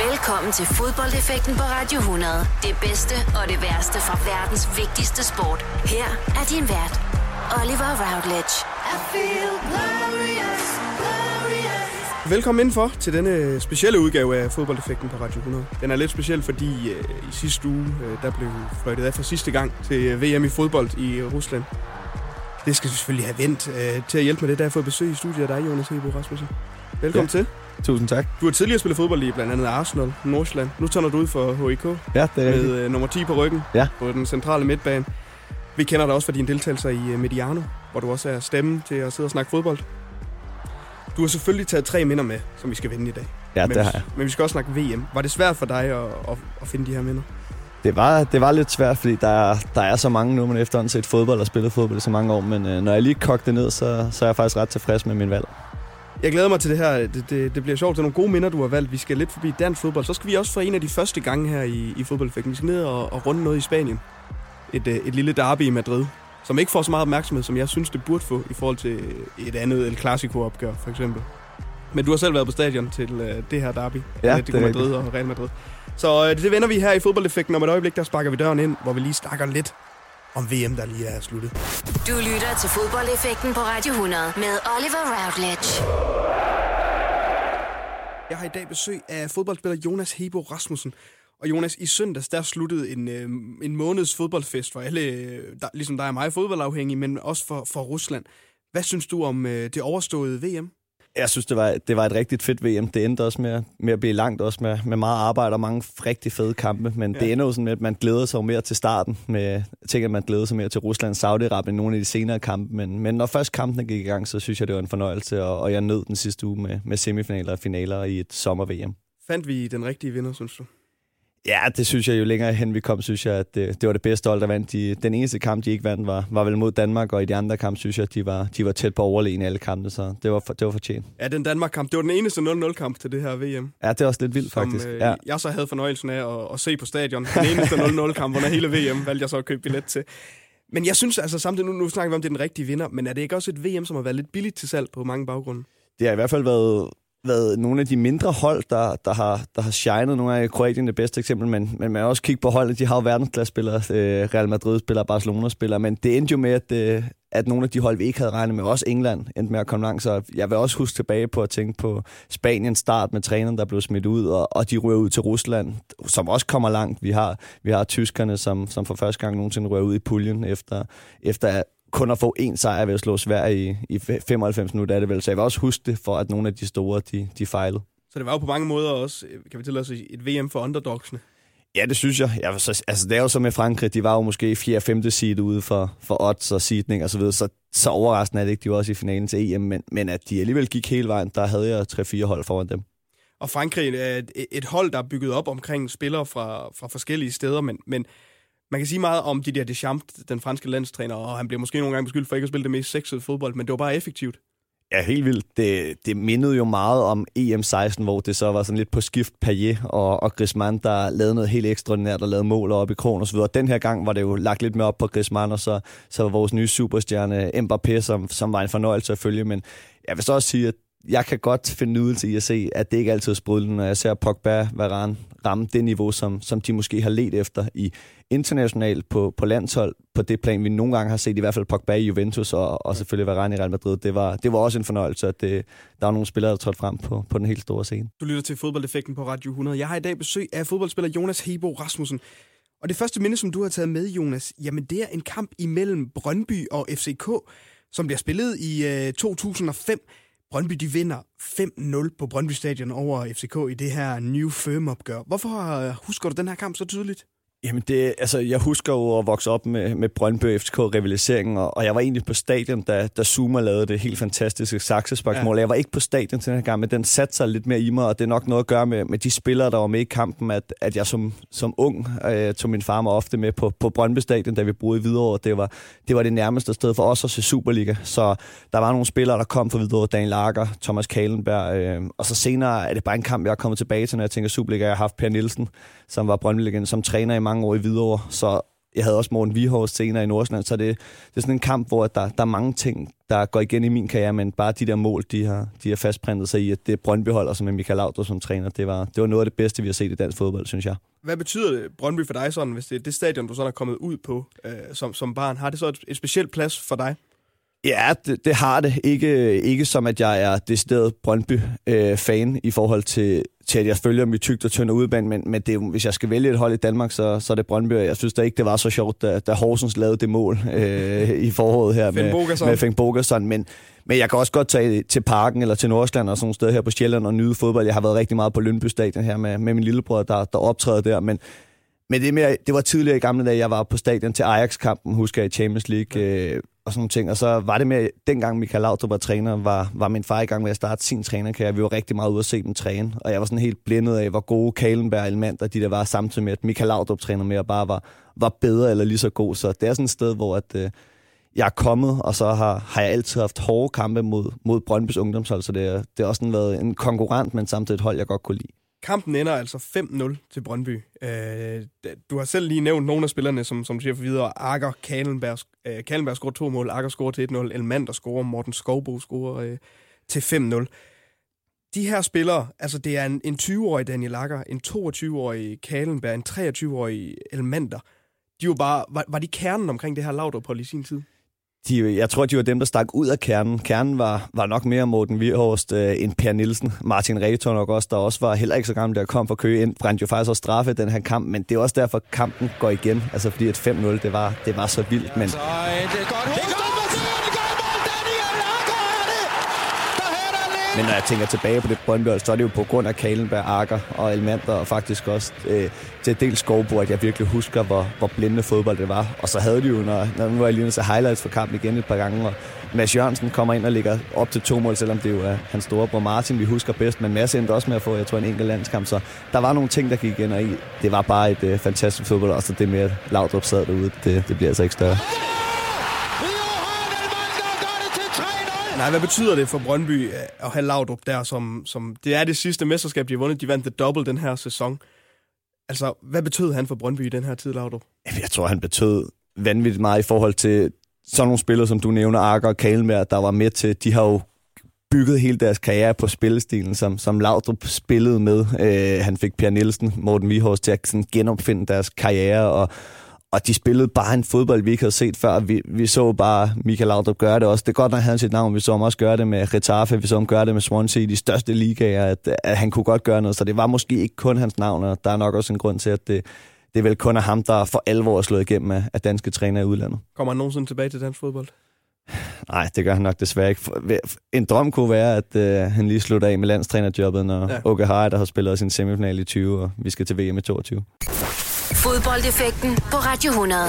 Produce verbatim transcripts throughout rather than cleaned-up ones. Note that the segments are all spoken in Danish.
Velkommen til Fodboldeffekten på Radio hundrede. Det bedste og det værste fra verdens vigtigste sport. Her er din vært, Oliver Routledge. I feel glorious, glorious. Velkommen indenfor til denne specielle udgave af Fodboldeffekten på Radio hundrede. Den er lidt speciel, fordi øh, i sidste uge, øh, der blev fløjtet af for sidste gang til V M i fodbold i Rusland. Det skal vi selvfølgelig have vendt øh, til at hjælpe med det. Der har fået besøg i studiet af dig, Jonas Hebo Rasmussen. Velkommen ja. til. Tusind tak. Du har tidligere spillet fodbold i blandt andet Arsenal, Nordsjælland. Nu tager du ud for H I K. Ja, det er med øh, nummer ti på ryggen ja. på den centrale midtbane. Vi kender dig også for dine deltagelser i øh, Mediano, hvor du også er stemme til at sidde og snakke fodbold. Du har selvfølgelig taget tre minder med, som vi skal vinde i dag. Ja, men, det har jeg. Men vi skal også snakke V M. Var det svært for dig at, at, at finde de her minder? Det var, det var lidt svært, fordi der er, der er så mange nu, man efterhånden set fodbold og spillet fodbold i så mange år. Men øh, når jeg lige kogte det ned, så, så er jeg faktisk ret tilfreds med min valg. Jeg glæder mig til det her. Det, det, det bliver sjovt. Det er nogle gode minder, du har valgt. Vi skal lidt forbi dansk fodbold. Så skal vi også få en af de første gange her i, i fodboldeffekten. Vi skal ned og, og runde noget i Spanien. Et, et lille derby i Madrid, som ikke får så meget opmærksomhed, som jeg synes, det burde få i forhold til et andet El Clasico-opgør, for eksempel. Men du har selv været på stadion til uh, det her derby. Ja, Atletico Madrid og Real Madrid. Så uh, det vender vi her i fodboldeffekten. Om et øjeblik, der sparker vi døren ind, hvor vi lige snakker lidt om V M, der lige er sluttet. Du lytter til Fodboldeffekten på Radio hundrede med Oliver Routledge. Jeg har i dag besøg af fodboldspiller Jonas Hebo Rasmussen. Og Jonas, i søndags, der sluttede en, øh, en måneds fodboldfest for alle, der, ligesom dig og mig, fodboldafhængige, men også for, for Rusland. Hvad synes du om øh, det overståede V M? Jeg synes, det var, det var et rigtig fedt V M. Det endte også med, med at blive langt, også med, med meget arbejde og mange rigtig fede kampe. Men ja. Det ender jo sådan med, at man glæder sig mere til starten. Med, jeg tænker, at man glæder sig mere til Rusland, Saudi-Arabien, nogle af de senere kampe. Men, men når først kampene gik i gang, så synes jeg, det var en fornøjelse. Og, og jeg nød den sidste uge med, med semifinaler og finaler i et sommer-V M. Fandt vi den rigtige vinder, synes du? Ja, det synes jeg, jo længere hen vi kom, synes jeg, at det, det var det bedste hold, der vandt. De, den eneste kamp, de ikke vandt, var, var vel mod Danmark, og i de andre kampe, synes jeg, at de var, de var tæt på overlegen i alle kampene, så det var, for, det var fortjent. Ja, den Danmark-kamp, det var den eneste nul nul-kamp til det her V M. Ja, det er også lidt vildt, som, faktisk. Øh, ja. Jeg så havde fornøjelsen af at, at se på stadion. Den eneste nul nul-kamp under hele V M, valgte jeg så at købe billet til. Men jeg synes altså samtidig, nu, nu snakker vi om, det er den rigtige vinder, men er det ikke også et V M, som har været lidt billigt til salg på mange baggrunde? Det har i hvert fald været... været nogle af de mindre hold, der, der har, der har shined. Nogle af Kroatien det bedste eksempel, men, men man også kigge på holdet. De har jo verdensklassespillere, øh, Real Madrid-spillere, Barcelona-spillere, men det endte jo med, at, øh, at nogle af de hold, vi ikke havde regnet med, også England, endte med at komme langt. Så jeg vil også huske tilbage på at tænke på Spaniens start med træneren, der blev smidt ud, og, og de ryger ud til Rusland, som også kommer langt. Vi har, vi har tyskerne, som, som for første gang nogensinde ryger ud i puljen, efter, efter kun at få én sejr ved at slå Sverige i, i femoghalvfems minutter, er det vel. Så jeg vil også huske det, for at nogle af de store, de, de fejlede. Så det var jo på mange måder også, kan vi tillade os, et V M for underdogsene? Ja, det synes jeg. jeg så, altså, det er jo så med Frankrig, de var jo måske fjerde femte seed ude for, for odds og seedning og så videre, så, så overraskende er det ikke, de var også i finalen til E M, men, men at de alligevel gik hele vejen, der havde jeg tre-fire hold foran dem. Og Frankrig er et, et hold, der er bygget op omkring spillere fra, fra forskellige steder, men, men man kan sige meget om de der Deschamps, den franske landstræner, og han bliver måske nogle gange beskyldt for ikke at spille det mest sexede fodbold, men det var bare effektivt. Ja, helt vildt. Det, det mindede jo meget om E M seksten, hvor det så var sådan lidt på skift Payet og, og Griezmann, der lavede noget helt ekstraordinært og lavede mål op i krogen og så videre. Den her gang var det jo lagt lidt mere op på Griezmann, og så, så var vores nye superstjerne Mbappé, som, som var en fornøjelse at følge. Men jeg vil så også sige, at jeg kan godt finde nydelse i at se, at det ikke altid er sprudlende, når jeg ser Pogba, Varane ramme det niveau, som, som de måske har let efter i internationalt på, på landshold, på det plan, vi nogle gange har set, i hvert fald Pogba i Juventus, og, og selvfølgelig Varane i Real Madrid. Det var, det var også en fornøjelse, at det, der var nogle spillere, der trådte frem på, på den helt store scene. Du lytter til Fodboldeffekten på Radio hundrede. Jeg har i dag besøg af fodboldspiller Jonas Hebo Rasmussen. Og det første minde, som du har taget med, Jonas, jamen det er en kamp imellem Brøndby og F C K, som bliver spillet i øh, to tusind og fem. Brøndby, de vinder fem nul på Brøndby Stadion over F C K i det her New Firm-opgør. Hvorfor husker du den her kamp så tydeligt? Jamen, det, altså, jeg husker jo at vokse op med, med Brøndby og F C K-rivaliseringen, og, og jeg var egentlig på stadion, da, da Zuma lavede det helt fantastiske saksesparksmål. Ja. Jeg var ikke på stadion til den her gang, men den satte sig lidt mere i mig, og det er nok noget at gøre med, med de spillere, der var med i kampen, at, at jeg som, som ung øh, tog min far mig ofte med på, på Brøndby Stadion, da vi boede i Hvidovre. Det var, det var det nærmeste sted for os at se Superliga, så der var nogle spillere, der kom fra Hvidovre, Daniel Lager, Thomas Kahlenberg, øh, og så senere er det bare en kamp, jeg er kommet tilbage til, når jeg tænker Superliga. Jeg har haft Per Nielsen, som var Brøndby-legende, som træner i mange år i Hvidovre, så jeg havde også Morten Vihorst senere i Nordsjælland, så det, det er sådan en kamp, hvor der, der er mange ting, der går igen i min karriere, men bare de der mål, de har, de har fastprintet sig i, at det er Brøndby-holder, som er Michael Laudrup som træner. Det var, det var noget af det bedste, vi har set i dansk fodbold, synes jeg. Hvad betyder det, Brøndby, for dig sådan, hvis det er det stadion, du sådan er kommet ud på øh, som, som barn? Har det så et, et specielt plads for dig? Ja, det, det har det. Ikke, ikke som, at jeg er decideret Brøndby-fan øh, i forhold til, til, at jeg følger mit tygt og tynde udebane, men, men det, hvis jeg skal vælge et hold i Danmark, så, så er det Brøndby. Jeg synes da ikke, det var så sjovt, da, da Horsens lavede det mål øh, i foråret her med, med Finn Bogason. Men, men jeg kan også godt tage til Parken eller til Nordsjælland og sådan nogle steder her på Sjælland og nyde fodbold. Jeg har været rigtig meget på Lyngby Stadion her med, med min lillebror, der, der optræder der, men Men det, mere, det var tidligere i gamle dage, jeg var på stadion til Ajax-kampen, husker jeg, i Champions League øh, og sådan nogle ting. Og så var det med, dengang Michael Laudrup var træner, var, var min far i gang med at starte sin trænerkarriere. Vi var rigtig meget ude at se dem træne, og jeg var sådan helt blændet af, hvor gode Kahlenberg og Elmander, de der var, samtidig med, at Michael Laudrup træner med, og bare var, var bedre eller lige så god. Så det er sådan et sted, hvor at, øh, jeg er kommet, og så har, har jeg altid haft hårde kampe mod, mod Brøndbys ungdomshold, så det, det har også sådan været en konkurrent, men samtidig et hold, jeg godt kunne lide. Kampen ender altså fem nul til Brøndby. Du har selv lige nævnt nogle af spillerne, som, som siger for videre. Akker, Kahlenberg, øh, Kahlenberg scorer to mål, Akker scorer til et nul, Elmander scorer, Morten Skovbo scorer øh, til fem nul. De her spillere, altså det er en, en tyve-årig Daniel Akker, en toogtyve-årig Kahlenberg, en treogtyve-årig Elmander. De var bare, var, var de kernen omkring det her Laudrup-hold i sin tid? De, jeg tror, de var dem, der stak ud af kernen. Kernen var, var nok mere Morten Vihorst øh, end Per Nielsen. Martin Retor nok også, der også var heller ikke så gammel, der kom fra Køge ind. Brændte jo faktisk også straffe den her kamp, men det er også derfor, kampen går igen. Altså fordi et fem nul, det var, det var så vildt. Men... Altså, det er godt. Men når jeg tænker tilbage på det Brøndby, så er det jo på grund af Kahlenberg, Akker og Elmander, og faktisk også øh, til dels Skovbo, at jeg virkelig husker, hvor, hvor blindende fodbold det var. Og så havde de jo, når, når nu var jeg lige så highlights for kampen igen et par gange, og Mads Jørgensen kommer ind og ligger op til to mål, selvom det jo er hans storebror Martin, vi husker bedst, men Mads endte også med at få, jeg tror, en enkelt landskamp, så der var nogle ting, der gik igen, og i. Det var bare et øh, fantastisk fodbold, og så det med, at Laudrup sad derude, det, det bliver altså ikke større. Nej, hvad betyder det for Brøndby at have Laudrup der, som, som det er det sidste mesterskab, de har vundet? De vandt the double den her sæson. Altså, hvad betød han for Brøndby i den her tid, Laudrup? Jeg tror, han betød vanvittigt meget i forhold til sådan nogle spillere, som du nævner, Akker og Kahlenberg, der var med til. De har jo bygget hele deres karriere på spillestilen, som, som Laudrup spillede med. Øh, han fik Per Nielsen, Morten Vihorst til at sådan genopfinde deres karriere, og Og de spillede bare en fodbold, vi ikke havde set før. Vi, vi så bare Michael Laudrup gøre det også. Det er godt, når han havde sit navn. Vi så ham også gøre det med Getafe. Vi så ham gøre det med Swansea i de største ligaer. At, at han kunne godt gøre noget. Så det var måske ikke kun hans navn. Og der er nok også en grund til, at det, det er vel kun af ham, der for alvor er slået igennem af, af danske trænere i udlandet. Kommer han nogensinde tilbage til dansk fodbold? Nej, det gør han nok desværre ikke. En drøm kunne være, at øh, han lige slutter af med landstrænerjobbet, når ja. Åke Hareide, der har spillet sin semifinal i tyve, og vi skal til V M i toogtyve. Fodboldeffekten på Radio hundrede.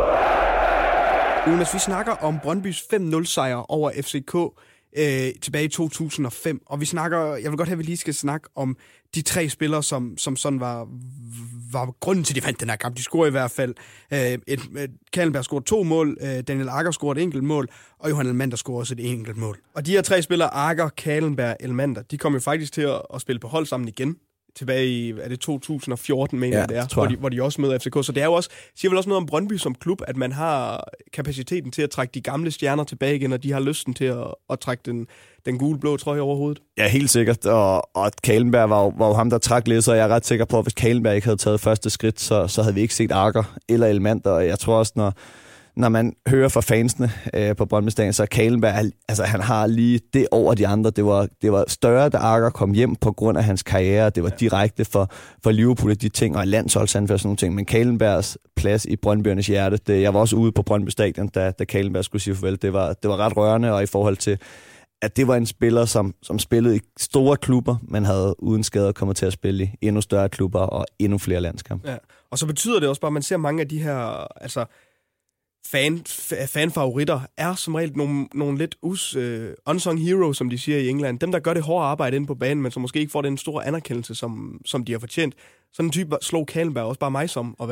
Jonas, vi snakker om Brøndbys fem nul sejr over F C K øh, tilbage i to tusind og fem. Og vi snakker, jeg vil godt have, at vi lige skal snakke om de tre spillere, som, som sådan var, var grunden til, at de vandt den her kamp. De scorede i hvert fald. Øh, et, et, Kahlenberg scorede to mål, øh, Daniel Akker scorede et enkelt mål, og Johan Elmander scorede også et enkelt mål. Og de her tre spillere, Akker, Kahlenberg, Elmander, de kom jo faktisk til at, at spille på hold sammen igen. Tilbage i, er det to tusind og fjorten, mener ja, jeg, det er, hvor de, hvor de også møder F C K. Så det er jo også, siger vel også noget om Brøndby som klub, at man har kapaciteten til at trække de gamle stjerner tilbage igen, og de har lysten til at, at trække den, den gule-blå trøje over hovedet. Ja, helt sikkert. Og, og Kahlenberg var jo, var jo ham, der trak lidt, så jeg er ret sikker på, at hvis Kahlenberg ikke havde taget første skridt, så, så havde vi ikke set Akker eller Elmander. Og jeg tror også, når Når man hører fra fansene øh, på Brøndby Stadion, så Kahlenberg, altså han har lige det over de andre. Det var, det var større, da Akker kom hjem på grund af hans karriere. Det var direkte for, for Liverpool, de ting, og landsholdsanfører og sådan nogle ting. Men Kahlenbergs plads i Brøndbyernes hjerte, det, jeg var også ude på Brøndby Stadion, da, da Kahlenberg skulle sige farvel. Det var, det var ret rørende, og i forhold til, at det var en spiller, som, som spillede i store klubber, men havde uden skader kommet til at spille i endnu større klubber og endnu flere landskampe. Ja. Og så betyder det også bare, at man ser mange af de her... altså Fan, fanfavoritter er som regel nogle, nogle lidt us, uh, unsung heroes, som de siger i England. Dem, der gør det hårde arbejde inde på banen, men som måske ikke får den store anerkendelse, som, som de har fortjent. Sådan en type slog Kahlenberg også bare mig som at være.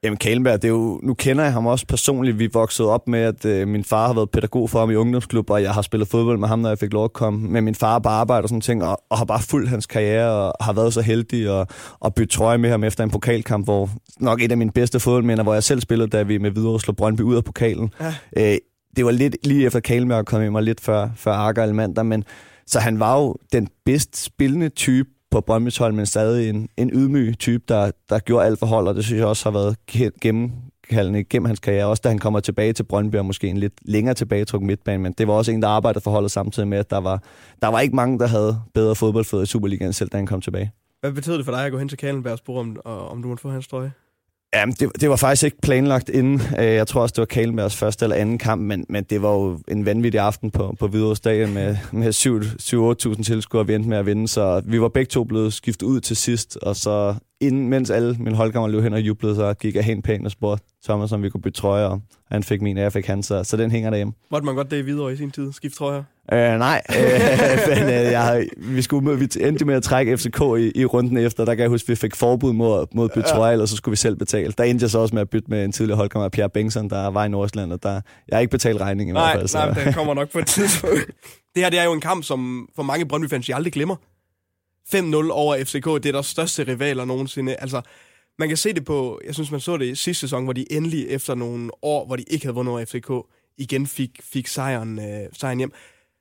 Jamen Kahlenberg, det er jo, nu kender jeg ham også personligt. Vi voksede op med, at øh, min far har været pædagog for ham i ungdomsklub, og jeg har spillet fodbold med ham, når jeg fik lov at komme med min far på arbejde og sådan ting, og, og har bare fulgt hans karriere, og har været så heldig at, at bytte trøje med ham efter en pokalkamp, hvor nok et af mine bedste fodboldminder, hvor jeg selv spillede, da vi med Hvidovre slog Brøndby ud af pokalen. Ja. Øh, det var lidt lige efter Kahlenberg kom i mig lidt før, før Arker Almander, men så han var jo den bedst spillende type på Brøndbys hold, men stadig en, en ydmyg type, der, der gjorde alt for hold, og det synes jeg også har været gennemkaldende gennem hans karriere, også da han kommer tilbage til Brøndby, og måske en lidt længere tilbagetrukket midtbane, men det var også en, der arbejdede for holdet samtidig med, at der var, der var ikke mange, der havde bedre fodboldfødder i Superligaen, selv da han kom tilbage. Hvad betød det for dig at gå hen til Kahlenbergs spor, om, om du måtte få hans trøje? Jamen, det, det var faktisk ikke planlagt inden. Jeg tror også, det var Kahlenbergs første eller anden kamp, men, men det var jo en vanvittig aften på, på Hvidovre Stadion med, med syv til otte tusind tilskuere, vi endte med at vinde, så vi var begge to blevet skiftet ud til sidst, og så inden, mens alle mine holdkammerater løb hen og jublede, så gik jeg hen pænt og spurgte Thomas, om vi kunne bytte trøjer, og han fik min, og jeg fik hans, så, så den hænger derhjemme. Måtte man godt det i Hvidovre i sin tid, skifte trøjer? Øh, nej, øh, men øh, jeg, vi, skulle, vi endte med at trække F C K i, i runden efter. Der kan jeg huske, at vi fik forbud mod, mod bytte trøje, eller så skulle vi selv betale. Der endte jeg så også med at bytte med en tidligere holdkammerat, Pierre Bengtsson, der var i Nordsjælland, og der, jeg har ikke betalt regningen i nej, hvert fald. Så. Nej, den kommer nok på et tidspunkt. Det her det er jo en kamp, som for mange Brøndby-fans jeg aldrig glemmer. fem nul over F C K, det er deres største rivaler nogensinde. Altså, man kan se det på, jeg synes, man så det i sidste sæson, hvor de endelig efter nogle år, hvor de ikke havde vundet over F C K, igen fik, fik sejren, øh, sejren hjem.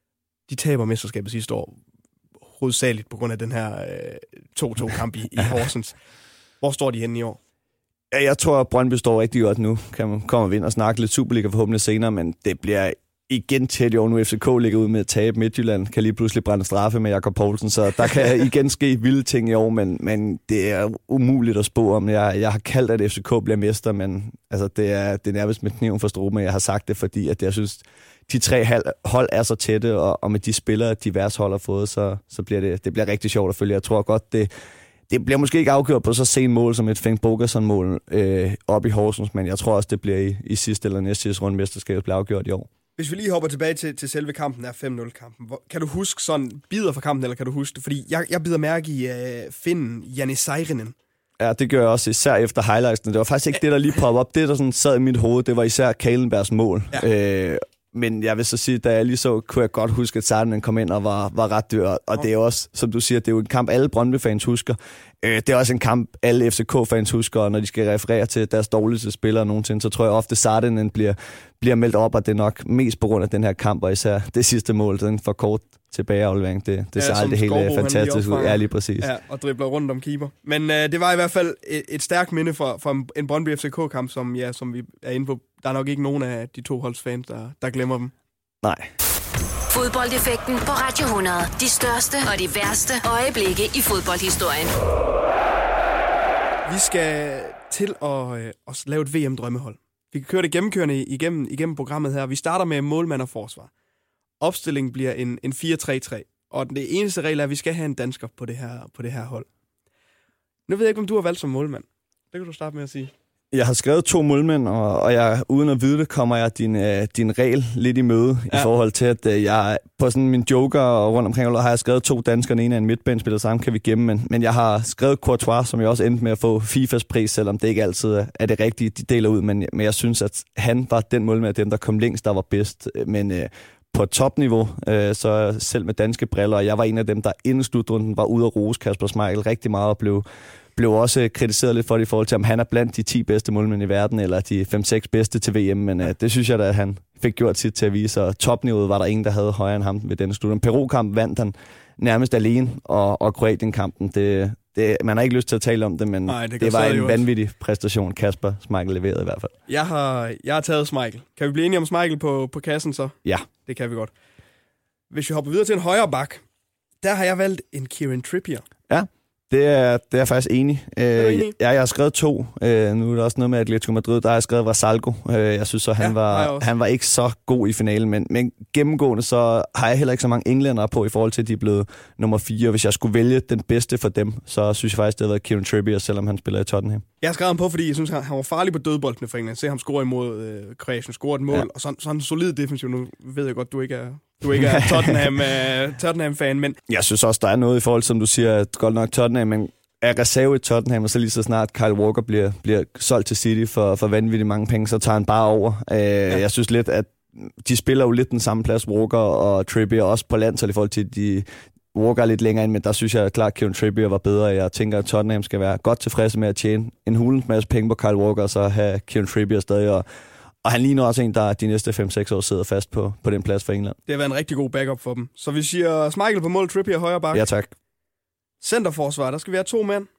De taber mesterskabet sidste år, hovedsageligt på grund af den her øh, to to-kamp i, i Horsens. Hvor står de henne i år? Ja, jeg tror, at Brøndby står rigtig godt nu. Kan man komme og vinde og snakke lidt Superliga forhåbentlig senere, men det bliver igen tæt i år nu. F C K ligger ud med at tabe. Midtjylland kan lige pludselig brænde straffe med Jakob Poulsen, så der kan igen ske vilde ting i år, men, men det er umuligt at spå om. Jeg, jeg har kaldt, at F C K bliver mester, men altså, det, er, det er nærmest med kniven for struben, jeg har sagt det, fordi at jeg synes, de tre hold er så tætte, og, og med de spillere, diverse hold har fået, så, så bliver det, det bliver rigtig sjovt at følge. Jeg tror godt, det, det bliver måske ikke afgjort på så sen mål som et Fink Bogerson-mål øh, op i Horsens, men jeg tror også, det bliver i, i sidste eller næste sidste runde mesterskabet bliver afgjort i år. Hvis vi lige hopper tilbage til, til selve kampen, er fem nul-kampen. Kan du huske sådan bider fra kampen, eller kan du huske det? Fordi jeg, jeg bider mærke i uh, Finnen, Janne Seirinen. Ja, det gør jeg også, især efter highlightsene. Det var faktisk ikke det, der lige poppede op. Det, der sådan sad i mit hoved, det var især Kahlenbergs mål. Ja. Øh, men jeg vil så sige, da jeg lige så, kunne jeg godt huske, at Seirinen kom ind og var, var ret dyr. Og oh. det er også, som du siger, det er jo en kamp, alle Brøndby-fans husker. Øh, det er også en kamp, alle F C K-fans husker, og når de skal referere til deres dårligste spillere nogensinde, så tror jeg ofte, Seirinen bliver, bliver meldt op, og det er nok mest på grund af den her kamp, og især det sidste mål, den for kort tilbageaflevering. Det, det ja, ser aldrig helt fantastisk ud. Ja, lige præcis. Ja, og dribler rundt om keeper. Men øh, det var i hvert fald et, et stærkt minde for, for en Brøndby F C K-kamp, som, ja, som vi er inde på. Der er nok ikke nogen af de to holdsfans, der, der glemmer dem. Nej. Fodboldeffekten på Radio hundrede. De største og de værste øjeblikke i fodboldhistorien. Vi skal til at, øh, at lave et V M-drømmehold. Vi kan køre det gennemkørende igennem, igennem programmet her. Vi starter med målmand og forsvar. Opstillingen bliver en, en fire tre tre. Og det eneste regel er, at vi skal have en dansker på det her, på det her hold. Nu ved jeg ikke, om du har valgt som målmand. Det kan du starte med at sige. Jeg har skrevet to målmænd, og, og jeg, uden at vide det, kommer jeg din, øh, din regel lidt i møde, ja. I forhold til, at øh, jeg på sådan min joker og rundt omkring har jeg skrevet to danskere, den ene er en midtbanespiller, sammen kan vi gemme, men, men jeg har skrevet Courtois, som jeg også endte med at få FIFAs pris, selvom det ikke altid er det rigtige, de deler ud, men, men jeg synes, at han var den målmand af dem, der kom længst, der var bedst, men øh, på topniveau, øh, så selv med danske briller, og jeg var en af dem, der inden slutrunden var ude at rose Kasper Schmeichel rigtig meget og blev blev også kritiseret lidt for det i forhold til, om han er blandt de ti bedste målmænd i verden, eller de fem seks bedste til V M, men øh, det synes jeg da, at han fik gjort sit til at vise, og topniveauet var der ingen, der havde højere end ham ved denne slutning. Peru-kamp vandt han nærmest alene, og, og Kroatien-kampen, det, det, man har ikke lyst til at tale om det, men Nej, det, det var en vanvittig præstation, Kasper Schmeichel leverede i hvert fald. Jeg har, jeg har taget Schmeichel. Kan vi blive enige om Schmeichel på, på kassen så? Ja. Det kan vi godt. Hvis vi hopper videre til en højre bak, der har jeg valgt en Kieran Trippier. Ja. Det er, det er jeg faktisk enig. Øh, enig. Ja, jeg har skrevet to. Øh, nu er der også noget med Atletico Madrid, der har jeg skrevet Vasalgo. Øh, jeg synes så, han, ja, var, han var ikke så god i finalen, men, men gennemgående så har jeg heller ikke så mange englændere på i forhold til, at de er blevet nummer fire. Hvis jeg skulle vælge den bedste for dem, så synes jeg faktisk, det har været Kieran Trippier, selvom han spiller i Tottenham. Jeg har skrevet ham på, fordi jeg synes, han var farlig på dødboldene for England. Se ham score imod øh, Kroatien, score et mål, ja. Og sådan, sådan en solid defensiv. Nu ved jeg godt, du ikke er... Du ikke er Tottenham, uh, Tottenham-fan, men... Jeg synes også, der er noget i forhold til, som du siger, at godt nok Tottenham, men er reserve i Tottenham, og så lige så snart Kyle Walker bliver, bliver solgt til City for, for vanvittigt mange penge, så tager han bare over. Øh, ja. Jeg synes lidt, at de spiller jo lidt den samme plads, Walker og Trippier, også på landshold i forhold til, de Walker lidt længere ind, men der synes jeg klart, at Kieran Trippier var bedre. Jeg tænker, at Tottenham skal være godt tilfredse med at tjene en hulens masse penge på Kyle Walker, og så have Kieran Trippier stadig. Og, og han ligner også en, der de næste fem seks år sidder fast på, på den plads for England. Det har været en rigtig god backup for dem. Så vi siger Schmeichel på mål, Trippier højre bak. Ja, tak. Centerforsvar, der skal vi have to mænd.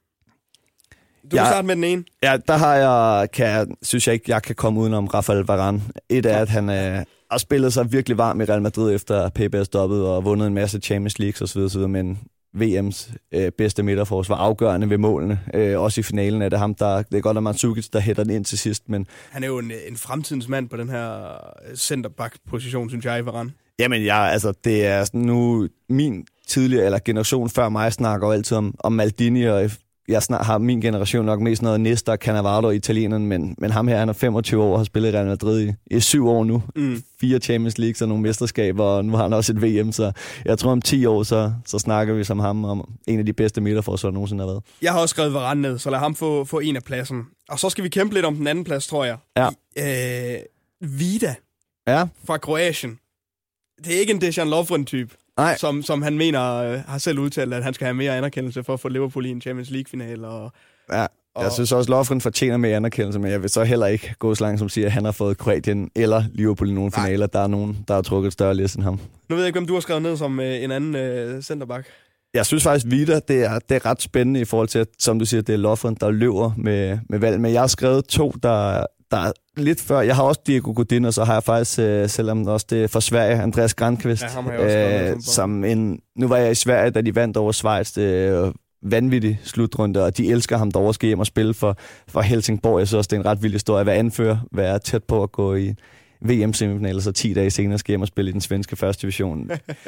Du ja, kan starte med den ene. Ja, der har jeg, kan jeg, synes jeg ikke, jeg kan komme udenom Rafael Varane. Et er, at han øh, har spillet sig virkelig varm i Real Madrid efter P B er stoppet og vundet en masse Champions League osv. osv. Men V M's øh, bedste midterforsvar afgørende ved målene. Øh, også i finalen er det ham, der... Det er godt, at Mandzukic, der hætter den ind til sidst, men... Han er jo en, en fremtidens mand på den her centerback-position, synes jeg, i Varane. Jamen, ja, altså, det er sådan nu... Min tidligere, eller generation før mig, snakker jo altid om, om Maldini, og jeg snart har min generation nok mest noget Nesta, Cannavaro og italieneren, men, men ham her, han er femogtyve år og har spillet i Real Madrid i, i syv år nu. Mm. Fire Champions League og nogle mesterskaber, og nu har han også et V M, så jeg tror om ti år, så, så snakker vi som ham om en af de bedste midterforsvar, der nogensinde har været. Jeg har også skrevet Varane ned, så lad ham få, få en af pladsen. Og så skal vi kæmpe lidt om den anden plads, tror jeg. Ja. I, øh, Vida ja. fra Kroatien. Det er ikke en Dejan Lovren-type. Som, som han mener, øh, har selv udtalt, at han skal have mere anerkendelse for at få Liverpool i en Champions League-finale. Og, ja, jeg og, synes også, at Lovren fortjener mere anerkendelse, men jeg vil så heller ikke gå så langt, som siger, at han har fået Kroatien eller Liverpool i nogle nej. finaler. Der er nogen, der har trukket et større læs end ham. Nu ved jeg ikke, hvem du har skrevet ned som øh, en anden øh, centerback. Jeg synes faktisk, Vida, det er, det er ret spændende i forhold til, at, som du siger, det er Lovren, der løber med, med valg. Men jeg har skrevet to, der... Der er lidt før. Jeg har også Diego Godin, og så har jeg faktisk, øh, selvom også det er fra Sverige, Andreas Granqvist. Ja, øh, som en, nu var jeg i Sverige, da de vandt over Schweiz. Det er vanvittig slutrunde, og de elsker ham derovre, skal hjem og spille for, for Helsingborg. Jeg synes også, det er en ret vild historie at være anfører, være tæt på at gå i V M-semifinaler, så ti dage senere skal hjem og spille i den svenske første division.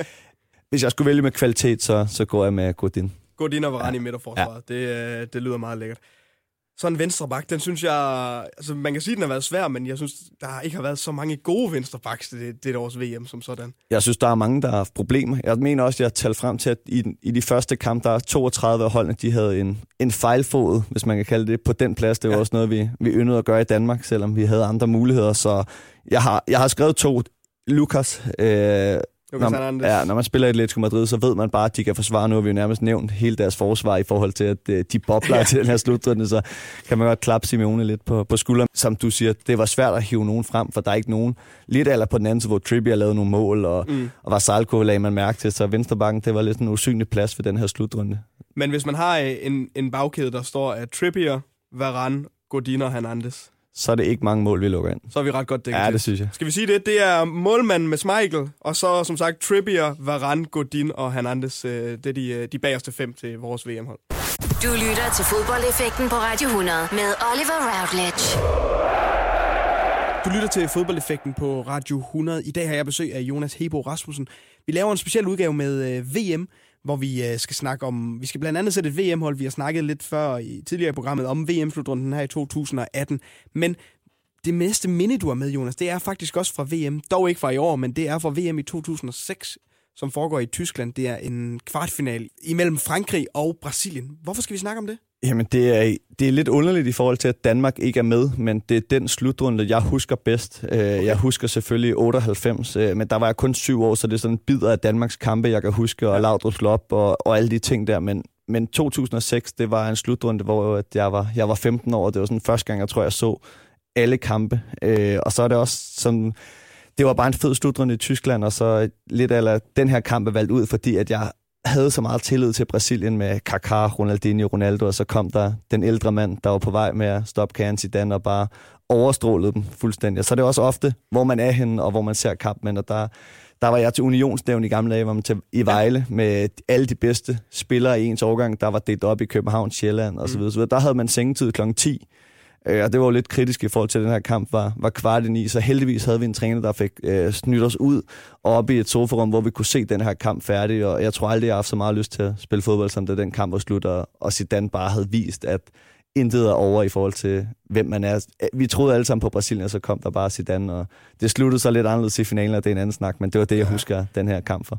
Hvis jeg skulle vælge med kvalitet, så, så går jeg med Godin. Godin og Varane ja. i midterforsvaret. Ja. Det, det lyder meget lækkert. Så en venstreback, den synes jeg... Altså, man kan sige, den har været svær, men jeg synes, der ikke har været så mange gode venstrebacks til det, det års V M som sådan. Jeg synes, der er mange, der har haft problemer. Jeg mener også, at jeg har talt frem til, at i, i de første kampe, der er toogtredive af holdene, de havde en, en fejlfod, hvis man kan kalde det, på den plads. Det var ja. også noget, vi, vi yndede at gøre i Danmark, selvom vi havde andre muligheder. Så jeg har, jeg har skrevet to. Lukas... Øh, Når, ja, når man spiller i Atletico Madrid, så ved man bare, at de kan forsvare. Nu har vi jo nærmest nævnt hele deres forsvar i forhold til, at de bobler ja. til den her slutrunde, så kan man godt klappe Simeone lidt på, på skulderen. Som du siger, det var svært at hive nogen frem, for der er ikke nogen. Lidt eller på den anden side, hvor Trippier lavede nogle mål, og, mm. og Vasalko lagde man mærke til, så venstrebakken, det var lidt en usynlig plads for den her slutrunde. Men hvis man har en, en bagkæde, der står af Trippier, Varane, Godin og Hernandez, så er det ikke mange mål, vi lukker ind. Så er vi ret godt dækket. Ja, det synes jeg. Skal vi sige det? Det er målmanden med Schmeichel, og så som sagt Trippier, Varane, Godin og Hernandez. Det er de, de bagerste fem til vores V M-hold. Du lytter til Fodboldeffekten på Radio hundrede med Oliver Routledge. Du lytter til Fodboldeffekten på Radio hundrede. I dag har jeg besøg af Jonas Hebo Rasmussen. Vi laver en speciel udgave med V M, hvor vi skal snakke om... Vi skal blandt andet sætte et V M-hold. Vi har snakket lidt før i tidligere i programmet om V M-slutrunden her i to tusind atten. Men det næste minde, du har med, Jonas, det er faktisk også fra V M. Dog ikke fra i år, men det er fra V M i to tusind og seks, som foregår i Tyskland. Det er en kvartfinal imellem Frankrig og Brasilien. Hvorfor skal vi snakke om det? Jamen, det er, det er lidt underligt i forhold til, at Danmark ikke er med, men det er den slutrunde, jeg husker bedst. Okay. Jeg husker selvfølgelig otteoghalvfems, men der var jeg kun syv år, så det er sådan en bid af Danmarks kampe, jeg kan huske, og Laudrup Slot og, og alle de ting der. Men, men to tusind og seks, det var en slutrunde, hvor jeg var, jeg var femten år, og det var sådan første gang, jeg tror, jeg så alle kampe. Og så er det også sådan... Det var bare en fed slutrunde i Tyskland, og så lidt af den her kamp er valgt ud, fordi at jeg havde så meget tillid til Brasilien med Kaká, Ronaldinho, Ronaldo, og så kom der den ældre mand, der var på vej med at stoppe Karen Zidane og bare overstrålede dem fuldstændig. Og så er det også ofte, hvor man er henne, og hvor man ser kampen, og der, der var jeg til Unionsnævn i gamle dage, hvor man til i Vejle med alle de bedste spillere i ens årgang, der var delt op i København, Sjælland osv. Mm. Der havde man sengetid klokken ti. Og det var jo lidt kritisk i forhold til, at den her kamp var, var kvart i ni, så heldigvis havde vi en træner, der fik øh, snydt os ud og op i et sofarum, hvor vi kunne se den her kamp færdig, og jeg tror aldrig, jeg har haft så meget lyst til at spille fodbold, som da den kamp var slut, og, og Zidane bare havde vist, at intet er over i forhold til, hvem man er. Vi troede alle sammen på Brasilien, og så kom der bare Zidane, og det sluttede så lidt anderledes i finalen, og det er en anden snak, men det var det, jeg husker den her kamp for.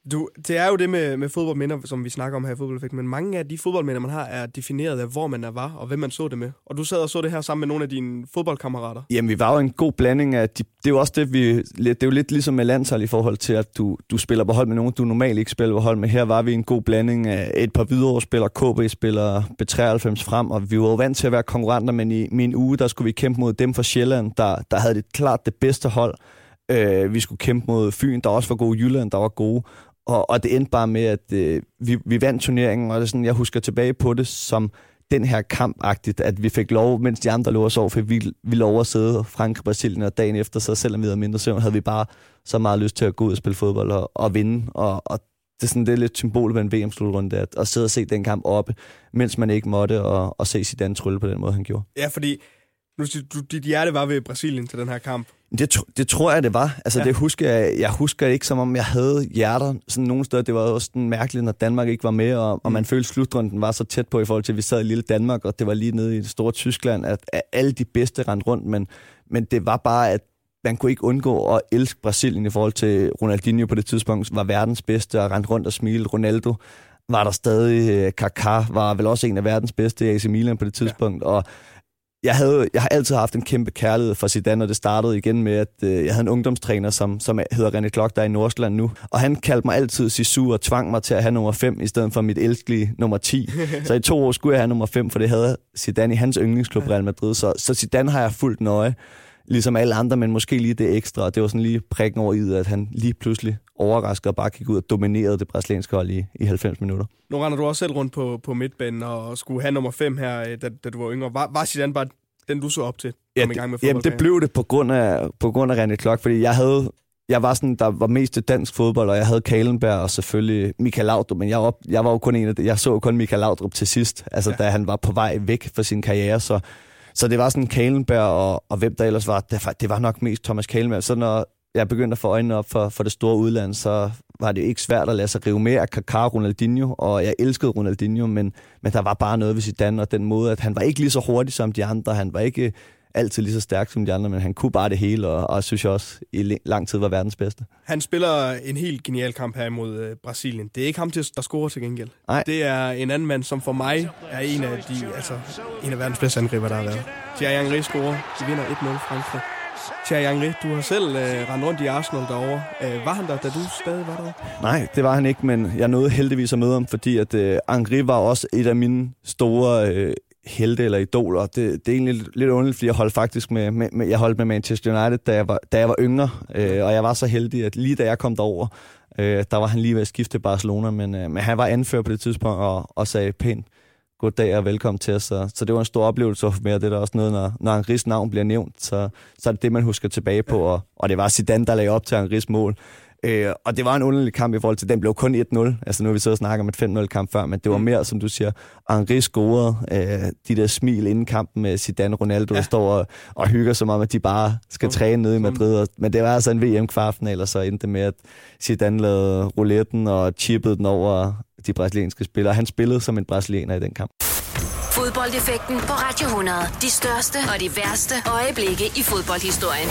Du, det er jo det med, med fodboldminder, som vi snakker om her i Fodboldeffekten, men mange af de fodboldminder, man har, er defineret af, hvor man er var, og hvem man så det med. Og du sad og så det her sammen med nogle af dine fodboldkammerater. Jamen, vi var jo en god blanding af... De, det er jo også det, vi... Det er jo lidt ligesom med landshold i forhold til, at du, du spiller på hold med nogen, du normalt ikke spiller på hold med. Her var vi en god blanding af et par Hvidovre-spillere, K B-spillere, B treoghalvfems frem, og vi var jo vant til at være konkurrenter, men i min uge, der skulle vi kæmpe mod dem fra Sjælland, der, der havde det klart det bedste hold. Øh, vi skulle kæmpe mod Fyn, der også var gode, Jylland, der var gode. Og, og det endte bare med, at øh, vi, vi vandt turneringen, og det er sådan, jeg husker tilbage på det som den her kampagtigt, at vi fik lov, mens de andre lå os over, for vi, vi lov at sidde Frankrig, Brasilien, og dagen efter, så selvom vi havde mindre søvn, havde vi bare så meget lyst til at gå ud og spille fodbold og, og vinde. Og, og det er sådan det er lidt symbol ved en V M-slutrunde, at, at sidde og se den kamp oppe, mens man ikke måtte, og, og se Zidane trylle på den måde, han gjorde. Ja, fordi nu, du, dit hjerte var ved Brasilien til den her kamp. Det, det tror jeg, det var. Altså, ja. det husker jeg, jeg husker ikke, som om jeg havde hjerter sådan nogle steder. Det var også sådan mærkeligt, når Danmark ikke var med, og, og man følte, slutrunden var så tæt på i forhold til, at vi sad i lille Danmark, og det var lige nede i det store Tyskland, at, at alle de bedste rendte rundt, men, men det var bare, at man kunne ikke undgå at elske Brasilien i forhold til Ronaldinho på det tidspunkt, var verdens bedste og rendte rundt og smilte. Ronaldo var der stadig, Kaká var vel også en af verdens bedste i A C Milan på det tidspunkt, ja. og Jeg, havde, jeg har altid haft en kæmpe kærlighed for Zidane, og det startede igen med, at øh, jeg havde en ungdomstræner, som, som hedder René Klok, der er i Nordsjælland nu. Og han kaldte mig altid Sisu og tvang mig til at have nummer fem, i stedet for mit elskelige nummer ti. Så i to år skulle jeg have nummer fem, for det havde Zidane i hans yndlingsklub Real Madrid. Så, så Zidane har jeg fulgt nøje, ligesom alle andre, men måske lige det ekstra. Og det var sådan lige prikken over i, at han lige pludselig overraskede og bare gik ud og dominerede det brasilianske hold i, i halvfems minutter. Nu render du også selv rundt på, på midtbanen og skulle have nummer fem her, da, da du var yngre. Var, var Zidane bare den, du så op til? Ja, i gang med jamen, det blev det på grund af, på grund af René Klok, fordi jeg havde... Jeg var sådan, der var mest til dansk fodbold, og jeg havde Kahlenberg og selvfølgelig Michael Laudrup, men jeg var, jeg var jo kun en af det. Jeg så kun Michael Laudrup til sidst, altså ja. da han var på vej væk fra sin karriere, så, så det var sådan Kahlenberg og, og hvem der ellers var, det var, det var nok mest Thomas Kahlenberg. Så når jeg begyndte at få øjnene op for, for det store udland, så var det ikke svært at lade sig rive med af Kaká, Ronaldinho, og jeg elskede Ronaldinho, men, men der var bare noget ved Zidane, og den måde, at han var ikke lige så hurtig som de andre, han var ikke altid lige så stærk som de andre, men han kunne bare det hele, og, og synes jeg også i lang tid var verdens bedste. Han spiller en helt genial kamp her imod øh, Brasilien. Det er ikke ham, der scorer til gengæld. Nej. Det er en anden mand, som for mig er en af de, altså en af verdens bedste angriber, der har været. Thierry Henry scorer. De vinder et nul Frankrig. Thierry Henry, du har selv øh, rendt rundt i Arsenal derovre. Øh, var han der, da du stadig var der? Nej, det var han ikke, men jeg nåede heldigvis at møde ham, fordi at øh, Henry var også et af mine store øh, helte eller idoler. Det, det er egentlig lidt, lidt underligt, fordi jeg holdt faktisk med, med, med, jeg holdt med Manchester United, da jeg var, da jeg var yngre, øh, og jeg var så heldig, at lige da jeg kom derover, øh, der var han lige ved at skifte Barcelona, men, øh, men han var anfører på det tidspunkt og, og sagde pænt goddag og velkommen til os. Så, så det var en stor oplevelse for mig, og det er der også noget, når, når Henrys navn bliver nævnt, så, så er det det, man husker tilbage på, og, og det var Zidane, der lagde op til Henrys mål. Øh, og det var en underlig kamp i forhold til, den blev kun et nul. Altså nu har vi så snakket om et fem nul kamp før, men det var mere, som du siger, Henry scorede øh, de der smil inden kampen med Zidane og Ronaldo, ja. der står og, og hygger som om, at de bare skal træne nede i Madrid. Og, men det var altså en V M-kvartfinal, og så endte det med, at Zidane lavede rouletten og chippede den over de brasilianske spillere. Han spillede som en brasilianer i den kamp. Fodboldeffekten på Radio hundrede. De største og de værste øjeblikke i fodboldhistorien.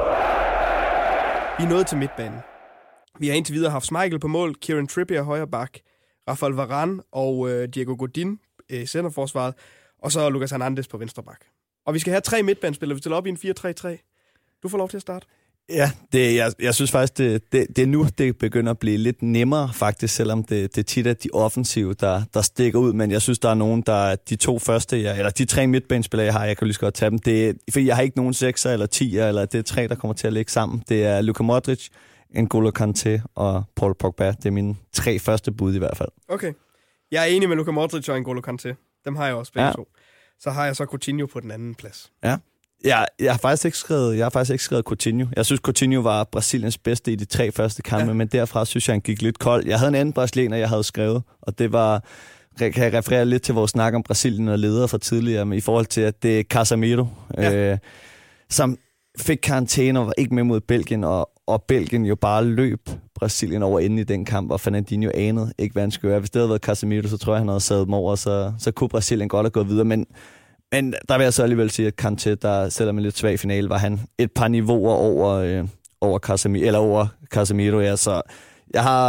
Vi er nået til midtbanen. Vi har indtil videre haft Schmeichel på mål, Kieran Trippier højre bak, Rafael Varane og øh, Diego Godin i centerforsvaret, og så Lucas Hernandez på venstre bak. Og vi skal have tre midtbanespillere. Vi stiller op i en fire tre tre. Du får lov til at starte. Ja, det, jeg, jeg synes faktisk, det, det, det er nu, det begynder at blive lidt nemmere faktisk, selvom det, det tit er de offensive, der, der stikker ud. Men jeg synes, der er nogen, der de to første, jeg, eller de tre midtbanespillere, jeg har, jeg kan lige så godt tage dem. Det, fordi jeg har ikke nogen sekser eller tier, eller det er tre, der kommer til at ligge sammen. Det er Luka Modric, N'Golo Kanté og Paul Pogba. Det er mine tre første bud i hvert fald. Okay. Jeg er enig med Luka Modric og N'Golo Kanté. Dem har jeg også begge ja. to. Så har jeg så Coutinho på den anden plads. Ja. Jeg, jeg har faktisk ikke skrevet, jeg har faktisk ikke skrevet Coutinho. Jeg synes, Coutinho var Brasiliens bedste i de tre første kampe, ja. men derfra synes jeg, han gik lidt kold. Jeg havde en anden brasilianer, jeg havde skrevet, og det var, kan jeg referere lidt til vores snak om Brasilien og ledere fra tidligere, men i forhold til, at det er Casemiro, ja. øh, som fik karantæne og var ikke med mod Belgien, og, og Belgien jo bare løb Brasilien over enden i den kamp, og Fernandinho anede ikke, hvad han skulle gøre. Hvis det havde været Casemiro, så tror jeg, han havde sadet dem over, så, så kunne Brasilien godt have gået videre, men Men der vil jeg så alligevel sige, at Kanté, der selvom en lidt svag finale, var han et par niveauer over, øh, over, Casemiro, eller over Casemiro. Ja. Så jeg har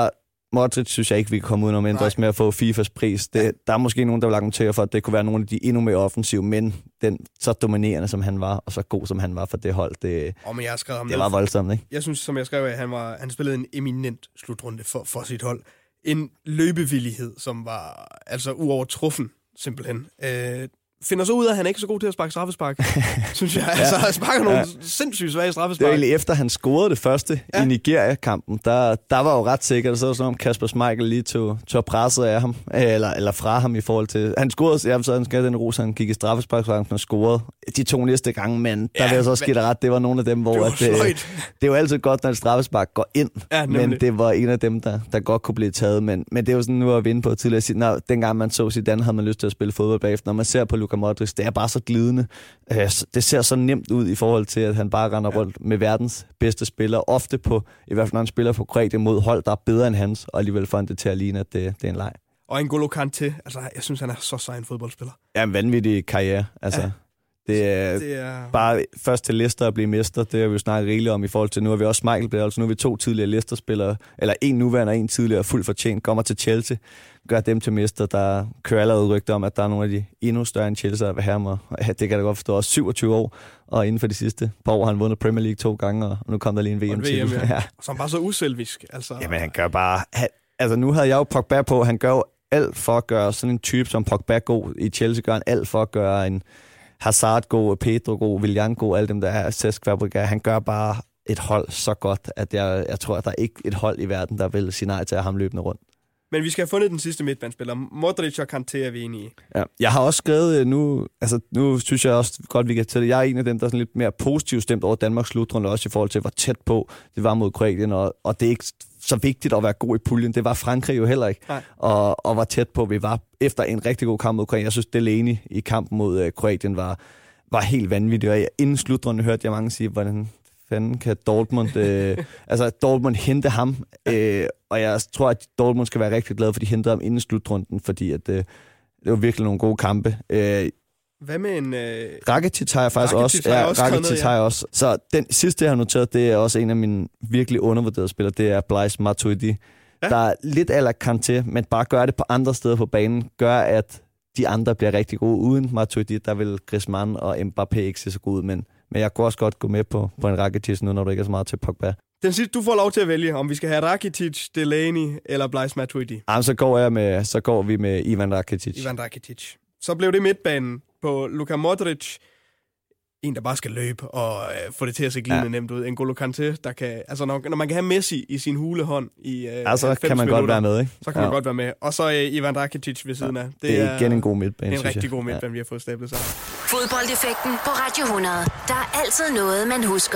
Modric synes jeg ikke, vi kan komme udenom ændres med at få FIFAs pris. Det, der er måske nogen, der vil argumentere for, at det kunne være nogle af de endnu mere offensive, men den så dominerende, som han var, og så god, som han var for det hold, det, oh, men jeg skrev ham det var voldsomt, ikke? Jeg synes, som jeg skrev, at han, var, han spillede en eminent slutrunde for, for sit hold. En løbevillighed, som var altså uovertruffen, simpelthen. Øh, finder så ud af, at han er ikke så god til at sparke straffespark, synes jeg. Altså, han sparker nogle ja. sindssygt svage straffespark. Det var egentlig efter, han scorede det første ja. i Nigeria-kampen. Der, der var jo ret sikkert, så var sådan om Kasper Schmeichel lige tog, tog presset af ham, eller, eller fra ham i forhold til... Han scorede, ja, så han skal den ros, han gik i straffespark, han scorede de to næste gange, men der ja, vil jeg så også give dig ret, det var nogle af dem, hvor... Det, at, det, det er jo altid godt, når et straffespark går ind, ja, men det var en af dem, der, der godt kunne blive taget. Men, men det er jo sådan, nu at vinde på tidligere sige, når, dengang man så Zidane, havde man lyst til at spille fodbold bagefter. Når man ser på Luka Modric, det er bare så glidende. Det ser så nemt ud i forhold til, at han bare render rundt med verdens bedste spiller. Ofte på, i hvert fald når han spiller på Kroatien mod hold, der er bedre end hans, og alligevel får han det til at ligne, at det, det er en leg. Og N'Golo Kanté, altså jeg synes, han er så sej en fodboldspiller. Ja, en vanvittig karriere, altså. Ja. Det er, det er bare først til Leicester at blive mester, det har vi jo snakket rigeligt om i forhold til, nu har vi også Schmeichel blevet, altså nu er vi to tidligere Leicester-spillere, eller en nuværende og en tidligere fuldt fortjent, kommer til Chelsea, gør dem til mester, der kører allerede rygter om, at der er nogle af de endnu større end Chelsea, der vil have mig. Det kan jeg da godt forstå, også syvogtyve år, og inden for de sidste par år har han vundet Premier League to gange, og nu kom der lige en V M til. Ja. Ja. Og så er han bare så uselvisk. Altså. Jamen han gør bare, han, altså nu havde jeg jo Pogba på, han gør jo alt for at gøre sådan en type som Pogba god i Chelsea, gør han alt for at gøre en Hazard god, Pedro god, Willian god, alle dem der er Cesc Fabregas. Han gør bare et hold så godt, at jeg, jeg tror, at der er ikke et hold i verden, der vil sige nej til at ham løbende rundt. Men vi skal have fundet den sidste midtbanespiller. Modric og Kanté er vi enige i. Ja, jeg har også skrevet nu, altså nu synes jeg også godt, vi kan tage det. Jeg er en af dem, der er sådan lidt mere positivt stemt over Danmarks slutrunde, også i forhold til, hvor tæt på det var mod Kroatien, og, og det er ikke så vigtigt at være god i puljen. Det var Frankrig jo heller ikke, og, og var tæt på, vi var efter en rigtig god kamp mod Kroatien. Jeg synes, Delaney i kampen mod uh, Kroatien var, var helt vanvittig, og inden slutrunde hørte jeg mange sige, hvordan fanden kan Dortmund, øh, altså Dortmund hente ham, øh, og jeg tror, at Dortmund skal være rigtig glad for, at de hentede ham inden slutrunden, fordi at, øh, det var virkelig nogle gode kampe. Øh, Hvad med en... Øh... Rakitic har jeg faktisk Rakitic også. Ja, også Rakitic har jeg også. Så den sidste, jeg har noteret, det er også en af mine virkelig undervurderede spillere, det er Blaise Matuidi. Ja. Der er lidt a la Kanté, men bare gør det på andre steder på banen, gør, at de andre bliver rigtig gode. Uden Matuidi, der vil Griezmann og Mbappé ikke se så gode ud, men Men jeg kunne også godt gå med på, på en Rakitic nu, når du ikke er så meget til Pogba. Den sidste, du får lov til at vælge, om vi skal have Rakitic, Delaney eller Blaise Matuidi. Jamen, så går, jeg med, så går vi med Ivan Rakitic. Ivan Rakitic. Så blev det midtbanen på Luka Modric. En, der bare skal løbe og øh, få det til at se glidende ja. nemt ud. N'Golo Kanté, der kan... Altså, når, når man kan have Messi i sin hulehånd i øh, ja, så kan man minutter, godt være med, ikke? Så kan ja. man godt være med. Og så øh, Ivan Rakitic ved siden af. Det, det er igen en god midtbane, en rigtig god midtbane, ja. vi har fået stablet sammen. Fodboldeffekten på Radio hundrede. Der er altid noget, man husker.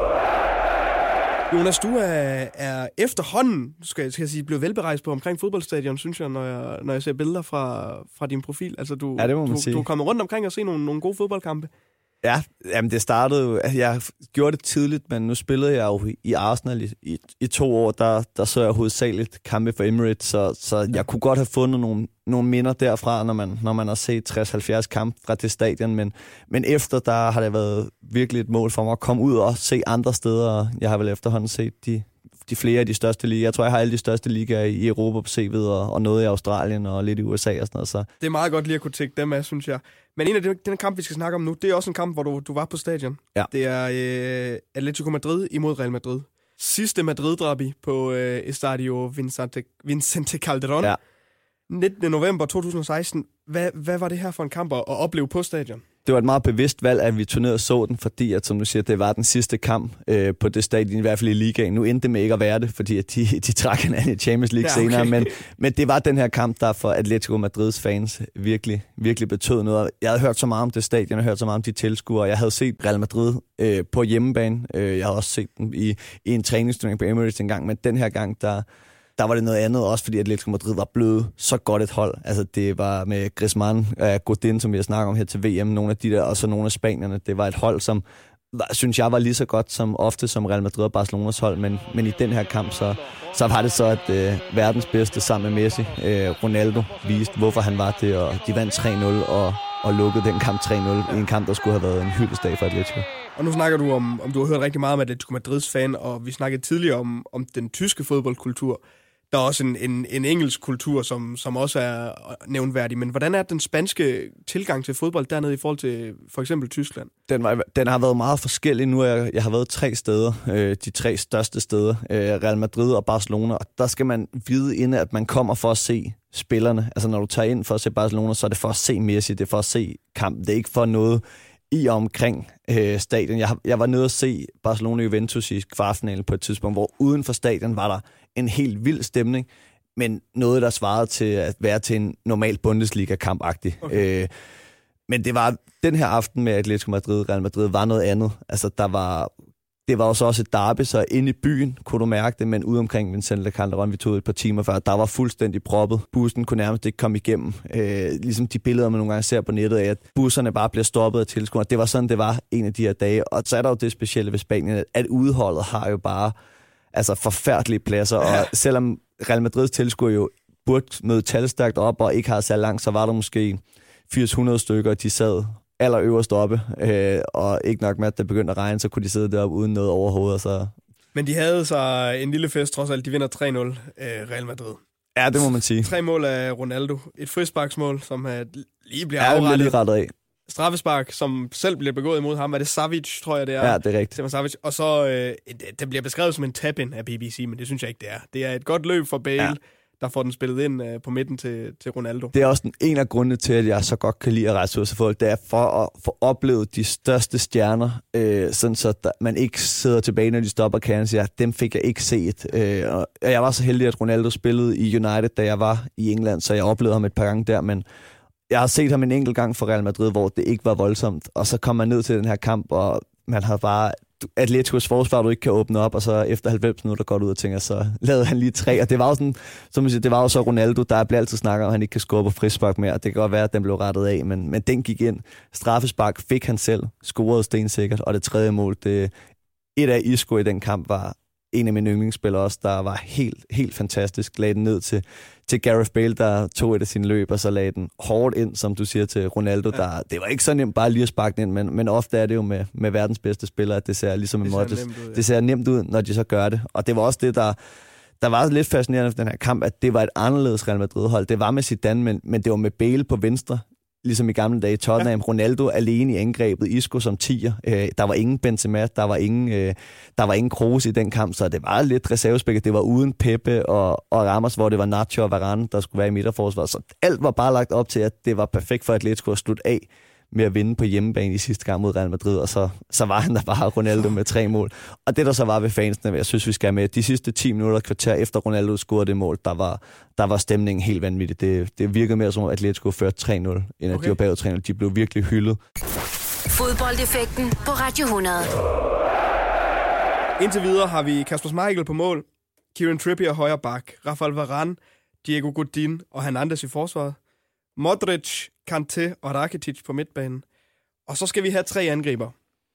Jonas, du er, er efterhånden, skal jeg, skal jeg sige, blevet velberejst på omkring fodboldstadion, synes jeg, når jeg, når jeg ser billeder fra, fra din profil. Altså, du, ja, det må man du, sige. du er kommet rundt omkring og se nogle, nogle gode fodboldkampe. Ja, jamen det startede jo, jeg gjorde det tidligt, men nu spillede jeg jo i Arsenal i, i, i to år, der, der så jeg hovedsageligt kampe for Emirates, så, så jeg kunne godt have fundet nogle, nogle minder derfra, når man, når man har set tres halvfjerds kampe fra det stadion, men, men efter der har det været virkelig et mål for mig at komme ud og se andre steder. Jeg har vel efterhånden set de, de flere af de største ligaer. Jeg tror, jeg har alle de største ligaer i Europa på C V'et, og, og noget i Australien og lidt i U S A og sådan noget. Så. Det er meget godt lige at kunne tække dem af, synes jeg. Men en af de, den kamp, vi skal snakke om nu, det er også en kamp, hvor du, du var på stadion. Ja. Det er øh, Atletico Madrid imod Real Madrid. Sidste Madrid-derby på øh, Estadio Vicente, Vicente Calderón. Ja. nittende november to tusind og seksten. Hvad, hvad var det her for en kamp at opleve på stadion? Det var et meget bevidst valg, at vi turnerede og så den, fordi at, som du siger, det var den sidste kamp øh, på det stadion, i hvert fald i ligaen. Nu endte det med ikke at være det, fordi at de, de trak hinanden i Champions League ja, okay. senere, men, men det var den her kamp, der for Atletico Madrids fans virkelig, virkelig betød noget. Jeg havde hørt så meget om det stadion, jeg havde hørt så meget om de tilskuere, jeg havde set Real Madrid øh, på hjemmebane, øh, jeg havde også set dem i, i en træningsturnering på Emirates engang, men den her gang, der... Der var det noget andet også, fordi Atletico Madrid var blevet så godt et hold. Altså det var med Griezmann, uh, Godin, som vi har snakket om her til V M, nogle af de der, og så nogle af spanierne. Det var et hold, som var, synes jeg var lige så godt som ofte som Real Madrid og Barcelonas hold, men, men i den her kamp, så, så var det så, at uh, verdens bedste sammen med Messi, uh, Ronaldo, viste, hvorfor han var det, og de vandt tre nul og, og lukkede den kamp tre nul i en kamp, der skulle have været en hyldesdag for Atletico. Og nu snakker du om, om du har hørt rigtig meget om Atletico Madrids fan, og vi snakkede tidligere om, om den tyske fodboldkultur. der er også en, en, en engelsk kultur, som, som også er nævnværdig. Men hvordan er den spanske tilgang til fodbold dernede i forhold til for eksempel Tyskland? Den, var, den har været meget forskellig. Nu er jeg, jeg har været tre steder, øh, de tre største steder, øh, Real Madrid og Barcelona. Og der skal man vide inde, at man kommer for at se spillerne. Altså når du tager ind for at se Barcelona, så er det for at se Messi, det er for at se kampen. Det er ikke for noget i og omkring øh, stadion. Jeg, jeg var nede at se Barcelona-Juventus i kvartfinalen på et tidspunkt, hvor uden for stadion var der en helt vild stemning, men noget, der svarede til at være til en normal Bundesliga-kamp-agtig. Okay. Øh, men det var den her aften med Atletico Madrid, Real Madrid, var noget andet. Altså, der var, det var også også et derby, så inde i byen kunne du mærke det, men ude omkring Vicente Calderón, vi tog et par timer før, der var fuldstændig proppet. Bussen kunne nærmest ikke komme igennem. Øh, ligesom de billeder, man nogle gange ser på nettet af, at busserne bare bliver stoppet af tilskuere. Det var sådan, det var en af de her dage. Og så er der jo det specielle ved Spanien, at udholdet har jo bare altså forfærdelige pladser, og selvom Real Madrids tilskuere jo burde møde talstærkt op og ikke har så langt, så var der måske firs hundrede stykker, de sad allerøverst oppe, øh, og ikke nok med, at det begyndte at regne, så kunne de sidde deroppe uden noget overhovedet. Så. Men de havde så en lille fest, trods alt. De vinder tre nul, øh, Real Madrid. Ja, det må man sige. Tre mål af Ronaldo. Et frisparksmål, som uh, lige bliver ja, afrettet. Lige rettet af. Straffespark, som selv bliver begået imod ham. Er det Savic, tror jeg, det er? Ja, det er rigtigt. Det var Savic. Og så, øh, det bliver beskrevet som en tap-in af B B C, men det synes jeg ikke, det er. Det er et godt løb for Bale, ja. Der får den spillet ind øh, på midten til, til Ronaldo. Det er også en af grundene til, at jeg så godt kan lide at rejse ud til folk. Det er for at få oplevet de største stjerner, øh, sådan så der, man ikke sidder tilbage, når de stopper kernen og siger, dem fik jeg ikke set. Øh, og jeg var så heldig, at Ronaldo spillede i United, da jeg var i England, så jeg oplevede ham et par gange der, men jeg har set ham en enkelt gang for Real Madrid, hvor det ikke var voldsomt, og så kom man ned til den her kamp, og man havde bare Atleticos forsvar, du ikke kan åbne op, og så efter halvfems minutter går du ud og tænker, så lavede han lige tre, og det var jo sådan, som man siger, det var jo så Ronaldo, der bliver altid snakket om, at han ikke kan score på frispark mere, det kan godt være, at den blev rettet af, men, men den gik ind. Straffespark fik han selv, scorede stensikkert, og det tredje mål, det et af Isco i den kamp var en af mine yndlingsspillere også, der var helt, helt fantastisk, lagde den ned til, til Gareth Bale, der tog et af sine løb, og så lagde den hårdt ind, som du siger, til Ronaldo. Ja. Der, det var ikke så nemt bare lige at sparke den ind, men, men ofte er det jo med, med verdens bedste spillere, at det ser ligesom en måde, det, ja. det ser nemt ud, når de så gør det. Og det var også det, der, der var lidt fascinerende for den her kamp, at det var et anderledes Real Madrid-hold. Det var med Zidane, men, men det var med Bale på venstre, ligesom i gamle dage i Tottenham. Ja. Ronaldo alene i angrebet, Isco som tier. Øh, der var ingen Benzema, der var ingen, øh, der var ingen Kroos i den kamp, så det var lidt reservespækket. Det var uden Pepe og, og Ramos, hvor det var Nacho og Varane, der skulle være i midterforsvaret. Så alt var bare lagt op til, at det var perfekt for Atletico at slutte af med at vinde på hjemmebane i sidste gang mod Real Madrid, og så, så var han der bare Ronaldo med tre mål. Og det, der så var ved fansene, jeg synes, vi skal med, de sidste ti minutter kvarter efter Ronaldo scorede det mål, der var, der var stemningen helt vanvittig. Det, det virkede mere som, at Atletico førte tre nul, end at okay. de var bagud tre nul. De blev virkelig hyldet. Fodboldeffekten på Radio hundrede. Indtil videre har vi Kasper Schmeichel på mål, Kieran Trippier højre bak, Rafael Varane, Diego Godin og Hernandez i forsvaret, Modric, Kanté og Rakitic på midtbanen. Og så skal vi have tre angriber.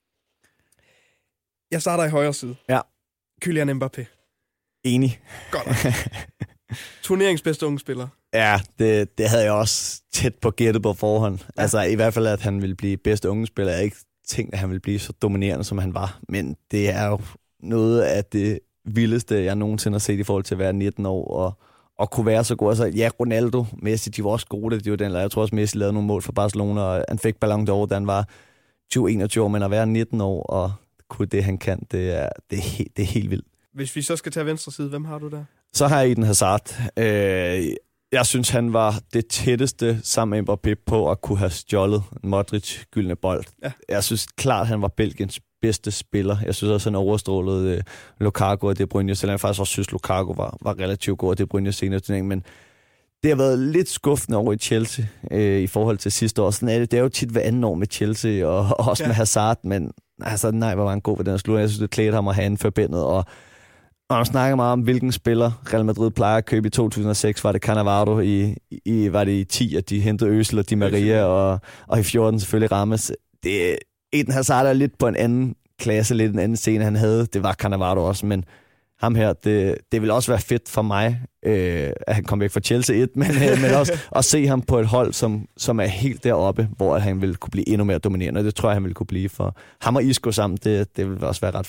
Jeg starter i højre side. Ja. Kylian Mbappé. Enig. Godt. Turneringsbedste unge spiller. Ja, det, det havde jeg også tæt på gættet på forhånd. Ja. Altså i hvert fald, at han ville blive bedste unge spiller. Jeg har ikke tænkt, at han ville blive så dominerende, som han var. Men det er jo noget af det vildeste, jeg nogensinde har set i forhold til at være nitten år og og kunne være så god. Altså, ja, Ronaldo, Messi, de var også gode, de var den, jeg tror også, Messi lavede nogle mål for Barcelona, og han fik Ballon d'Or, da han var tyve enogtyve år, men at være nitten år, og kunne det, han kan, det er, det er, helt, det er helt vildt. Hvis vi så skal tage venstre side, hvem har du der? Så har jeg Eden Hazard. Øh, jeg synes, han var det tætteste sammen med Mbappé på at kunne have stjålet Modric gyldne bold. Ja. Jeg synes klart, han var Belgiens bedste spiller. Jeg synes også, han overstrålede øh, Lukaku og De Bruyne, selvom jeg faktisk også synes, Lukaku var, var relativt god, og De Bruyne senere turnering, men det har været lidt skuffende over i Chelsea øh, i forhold til sidste år. Sådan er det. Det er jo tit hver anden år med Chelsea, og, og også ja. med Hazard, men altså, nej, hvor var han god ved den slutter. Jeg synes, det klædte ham at have en forbindet, og og man snakker meget om, hvilken spiller Real Madrid plejer at købe i to tusind og seks. Var det Cannavaro, i, i, var det i ti, at de hentede Øsel og Di Maria, og, og i fjorten selvfølgelig Ramos. Det, Eden Hazard er lidt på en anden klasse, lidt en anden scene, han havde. Det var Cannavaro også, men ham her, det, det vil også være fedt for mig, øh, at han kom væk fra Chelsea et, men, øh, men også at se ham på et hold, som, som er helt deroppe, hvor han vil kunne blive endnu mere dominerende. Det tror jeg, han vil kunne blive for ham og Isco sammen. Det, det vil også være ret fedt.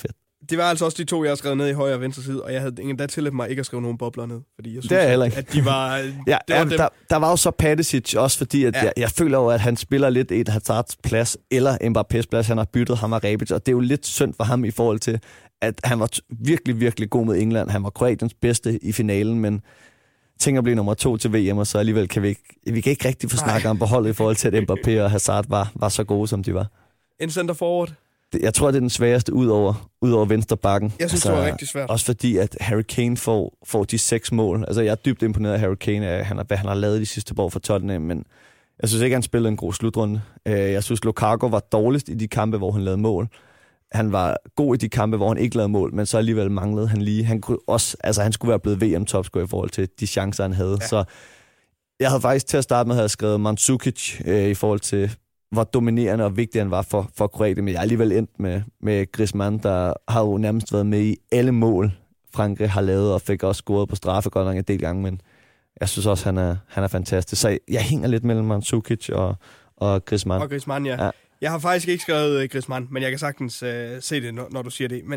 Det var altså også de to, jeg har skrevet ned i højre og venstre side, og jeg havde ingen der tilladt mig ikke at skrive nogen bobler ned, fordi jeg synes, det er heller ikke. at de var... ja, det var ja, der, der var jo så Perisic også, fordi at ja. jeg, jeg føler jo, at han spiller lidt et Hazards plads, eller Mbappés plads. Han har byttet ham og Rebic, og det er jo lidt synd for ham i forhold til, at han var virkelig, virkelig god med England. Han var Kroatiens bedste i finalen, men tænker at blive nummer to til V M, og så alligevel kan vi ikke, vi kan ikke rigtig få snakket om på holdet i forhold til, at Mbappé og Hazard var, var så gode, som de var. En center forward? Jeg tror, det er den sværeste ud over, ud over venstre bakken. Jeg synes, altså, det var rigtig svært. Også fordi, at Harry Kane får, får de seks mål. Altså, jeg er dybt imponeret af Harry Kane, af han, hvad han har lavet de sidste år for Tottenham, men jeg synes ikke, han spillede en god slutrunde. Jeg synes, Lukaku var dårligst i de kampe, hvor han lavede mål. Han var god i de kampe, hvor han ikke lavede mål, men så alligevel manglede han lige. Han, kunne også, altså, han skulle være blevet V M-topscorer i forhold til de chancer, han havde. Ja. Så jeg havde faktisk til at starte med at have skrevet Mandzukic øh, i forhold til, hvor dominerende og vigtig han var for, for Kroatien, men jeg er alligevel endt med, med Griezmann, der har jo nærmest været med i alle mål, Frankrig har lavet, og fik også scoret på straffe godt nok en del gange, men jeg synes også, han er, han er fantastisk. Så jeg hænger lidt mellem Mandzukic og, og Griezmann. Og Griezmann, ja. ja. Jeg har faktisk ikke skrevet uh, Griezmann, men jeg kan sagtens uh, se det, når, når du siger det. Men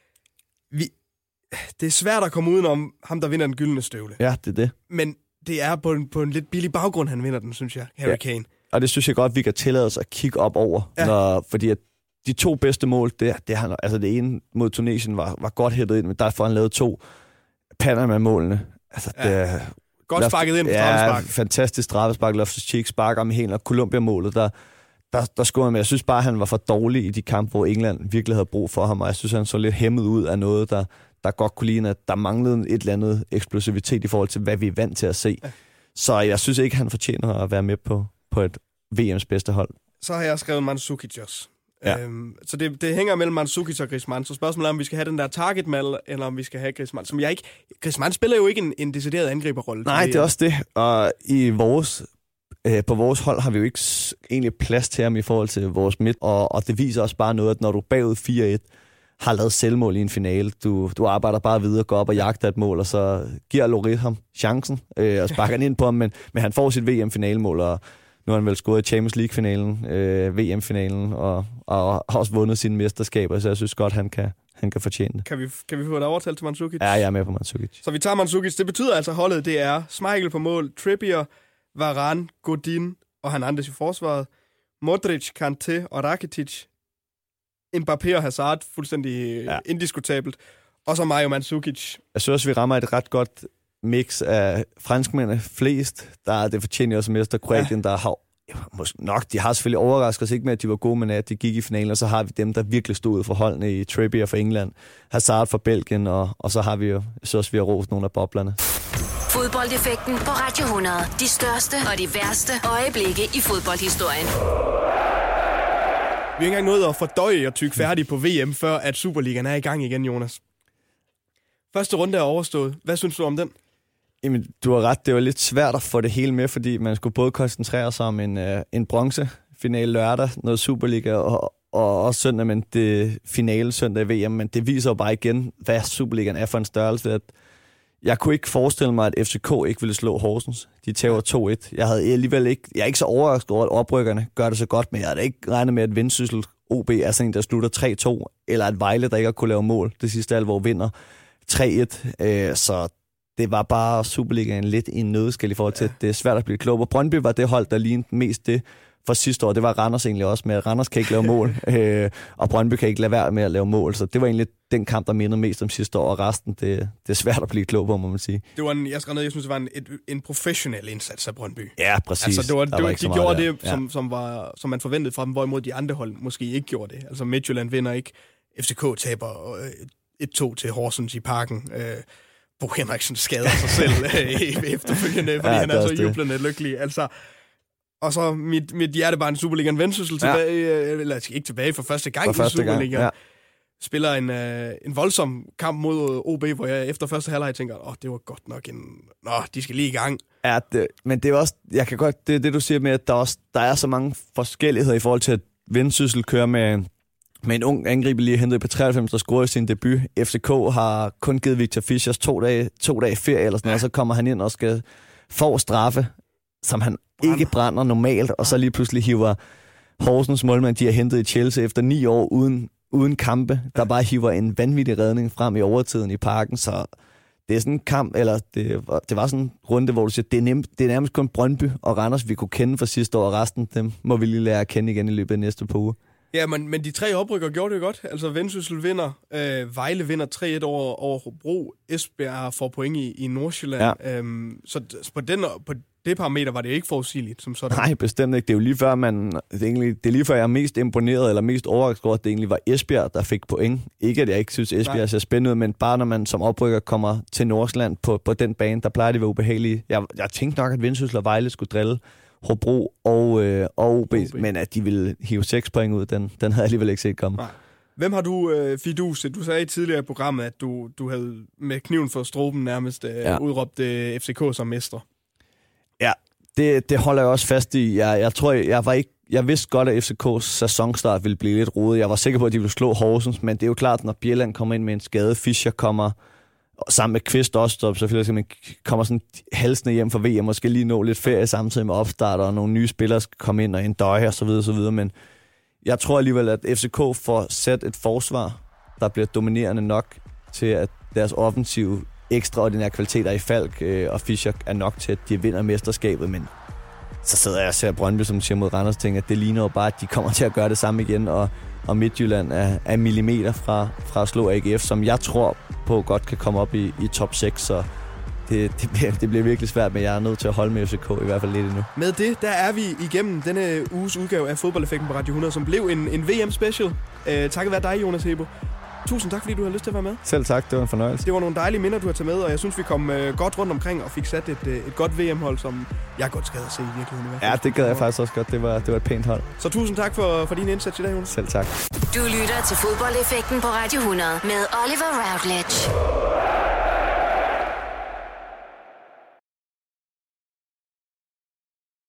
vi, det er svært at komme udenom ham, der vinder den gyldne støvle. Ja, det er det. Men det er på en, på en lidt billig baggrund, han vinder den, synes jeg, Harry ja. Kane. Og det synes jeg godt, vi kan tillade os at kigge op over, ja. når, fordi at de to bedste mål, det, det, han, altså det ene mod Tunesien var, var godt hættet ind, men derfor han lavet to Panama-målene. Altså, ja. det, godt sparket ind på straffespark. Ja, fantastisk straffespark, Loftus-Cheek sparker om helt, og Colombia-målet, der, der, der scorede han med. Jeg synes bare, han var for dårlig i de kampe, hvor England virkelig havde brug for ham, og jeg synes, han så lidt hæmmet ud af noget, der, der godt kunne ligne, at der manglede et eller andet eksplosivitet i forhold til, hvad vi er vant til at se. Ja. Så jeg synes ikke, han fortjener at være med på, på et V M's bedste hold. Så har jeg skrevet Mandzukic også. Ja. Øhm, så det, det hænger mellem Mandzukic og Griezmann. Så spørgsmålet er, om vi skal have den der target-mal, eller om vi skal have Griezmann. Som jeg ikke... Griezmann spiller jo ikke en, en decideret angriberrolle. Nej, det er også det. Og i vores, øh, på vores hold har vi jo ikke egentlig plads til ham i forhold til vores midt. Og, og det viser også bare noget, at når du bagud fire et har lavet selvmål i en finale, du, du arbejder bare videre, går op og jagter et mål, og så giver Lloris ham chancen øh, og sparker han ind på ham. Men, men han får sit V M-finalemål, og nu har han vel scoret i Champions League-finalen, øh, V M-finalen, og, og har også vundet sine mesterskaber, så jeg synes godt, han kan, han kan fortjene det. Kan vi, kan vi få et overtal til Mandzukic? Ja, jeg er med på Mandzukic. Så vi tager Mandzukic. Det betyder altså, at holdet det er Schmeichel på mål, Trippier, Varane, Godin og Hernandez i forsvaret, Modric, Kanté og Rakitic, Mbappé og Hazard, fuldstændig ja. indiskutabelt, og så Mario Mandzukic. Jeg synes også, vi rammer et ret godt mix af franskmændene flest, der er det fortjener også mester Kroatien, ja. der har nok, de har selvfølgelig overrasket os ikke med, at de var gode, men at de gik i finalen, og så har vi dem, der virkelig stod ud for holdene i Trippier for England, Hazard for Belgien, og, og så har vi jo, så også vi har rost nogle af boblerne. Fodboldeffekten på Radio hundrede. De største og de værste øjeblikke i fodboldhistorien. Vi har ikke engang nået at fordøje og tykke færdig på V M, før at Superligaen er i gang igen, Jonas. Første runde er overstået. Hvad synes du om den? Jamen, du har ret. Det var lidt svært at få det hele med, fordi man skulle både koncentrere sig om en, øh, en bronzefinale lørdag, noget Superliga, og, og også søndag, men det finale søndag i V M. Men det viser jo bare igen, hvad Superligaen er for en størrelse. At jeg kunne ikke forestille mig, at F C K ikke ville slå Horsens. De tager to et. Jeg havde alligevel ikke... Jeg er ikke så overrasket over, at oprykkerne gør det så godt, men jeg havde ikke regnet med, at Vendsyssel O B er sådan en, der slutter tre to, eller at Vejle, der ikke har kunne lave mål det sidste alvor, vinder tre et. Øh, så det var bare Superligaen lidt i en nødskal i forhold til, at det er svært at blive klog. Og Brøndby var det hold, der lignede mest det for sidste år. Det var Randers egentlig også med, at Randers kan ikke lave mål, øh, og Brøndby kan ikke lade være med at lave mål. Så det var egentlig den kamp, der mindede mest om sidste år, og resten, det, det er svært at blive klog på, må man sige. Det var en, jeg skrev ned, jeg synes, det var en, et, en professionel indsats af Brøndby. Ja, præcis. Altså, det var, det var, de gjorde det, ja. som, som, var, som man forventede fra dem, hvorimod de andre hold måske ikke gjorde det. Altså Midtjylland vinder ikke, F C K taber et to til Horsens i Parken. Øh, Bo Henriksen skader sig selv øh, efterfølgende, fordi ja, han er så jublende lykkelig. Altså, og så mit, mit hjertebarn Superligaen Vendsyssel tilbage, ja. eller ikke tilbage for første gang for i Superligaen. Ja. Spiller en, øh, en voldsom kamp mod O B, hvor jeg efter første halvleg tænker, åh, oh, det var godt nok en... Nå, de skal lige i gang. Ja, det, men det er også... Jeg kan godt... Det er det, du siger med, at der, også, der er så mange forskelligheder i forhold til, at Vendsyssel kører med... med en ung angriber lige hentet på treoghalvfems, der scorede sin debut. F C K har kun givet Victor Fischers to dage, to dage ferie eller sådan noget, og så kommer han ind og skal få straffe, som han brænder. ikke brænder normalt, og så lige pludselig hiver Horsens målmand, de har hentet i Chelsea efter ni år uden, uden kampe, der bare hiver en vanvittig redning frem i overtiden i Parken, så det er sådan en kamp, eller det var, det var sådan en runde, hvor du siger, det er, nemt, det er nærmest kun Brøndby og Randers, vi kunne kende fra sidste år, og resten dem må vi lige lære at kende igen i løbet af næste par uger. Ja, men, men de tre oprykker gjorde det godt. Altså Vendsyssel vinder, øh, Vejle vinder tre et over, over Hobro, Esbjerg får point i, i Nordsjælland. Ja. Øhm, så på, den, på det parameter var det ikke forudsigeligt som sådan. Nej, bestemt ikke. Det er jo lige før, man, det er, egentlig, det er lige før jeg er mest imponeret, eller mest overrasket over, at det egentlig var Esbjerg, der fik point. Ikke at jeg ikke synes, Esbjerg Nej. ser spændende ud, men bare når man som oprykker kommer til Nordsjælland på, på den bane, der plejer det at være ubehagelige. Jeg, jeg tænkte nok, at Vendsyssel og Vejle skulle drille Hobro og, øh, og O B, men at de ville hive seks point ud, den, den havde jeg alligevel ikke set komme. Nej. Hvem har du øh, fiduset? Du sagde tidligere i programmet, at du, du havde med kniven for stroben nærmest øh, ja. udråbt øh, F C K som mestre. Ja, det, det holder jeg også fast i. Jeg, jeg tror, jeg var ikke jeg vidste godt, at F C K's sæsonstart ville blive lidt rodet. Jeg var sikker på, at de ville slå Horsens, men det er jo klart, når Bjelland kommer ind med en skade, Fischer kommer sammen med Kvist også, så selvfølgelig skal man kommer sådan halsende hjem fra V M, måske lige nå lidt ferie samtidig med opstarter, og nogle nye spillere skal komme ind og en døje og så videre, så videre. Men jeg tror alligevel, at F C K får sat et forsvar, der bliver dominerende nok til, at deres offensive ekstraordinære kvaliteter i Falk øh, og Fischer er nok til, at de vinder mesterskabet, men så sidder jeg og ser Brøndby, som siger mod Randers, tænker, at det ligner jo bare, at de kommer til at gøre det samme igen, og, og Midtjylland er, er millimeter fra, fra at slå A G F, som jeg tror på godt kan komme op i, i top seks, så det, det, bliver, det bliver virkelig svært, men jeg er nødt til at holde med F C K i hvert fald lidt endnu. Med det, der er vi igennem denne uges udgave af Fodboldeffekten på Radio hundrede, som blev en, en V M-special. Uh, takket være dig, Jonas Hebo. Tusind tak, fordi du har lyst til at være med. Selv tak, det var en fornøjelse. Det var nogle dejlige minder, du har taget med, og jeg synes, vi kom uh, godt rundt omkring og fik sat et, uh, et godt V M-hold, som jeg godt skal se i virkeligheden. Ja, det gad jeg faktisk også godt. Det var, det var et pænt hold. Så tusind tak for, for din indsats i dag, Jonas. Selv tak. Du lytter til Fodboldeffekten på Radio hundrede med Oliver Routledge.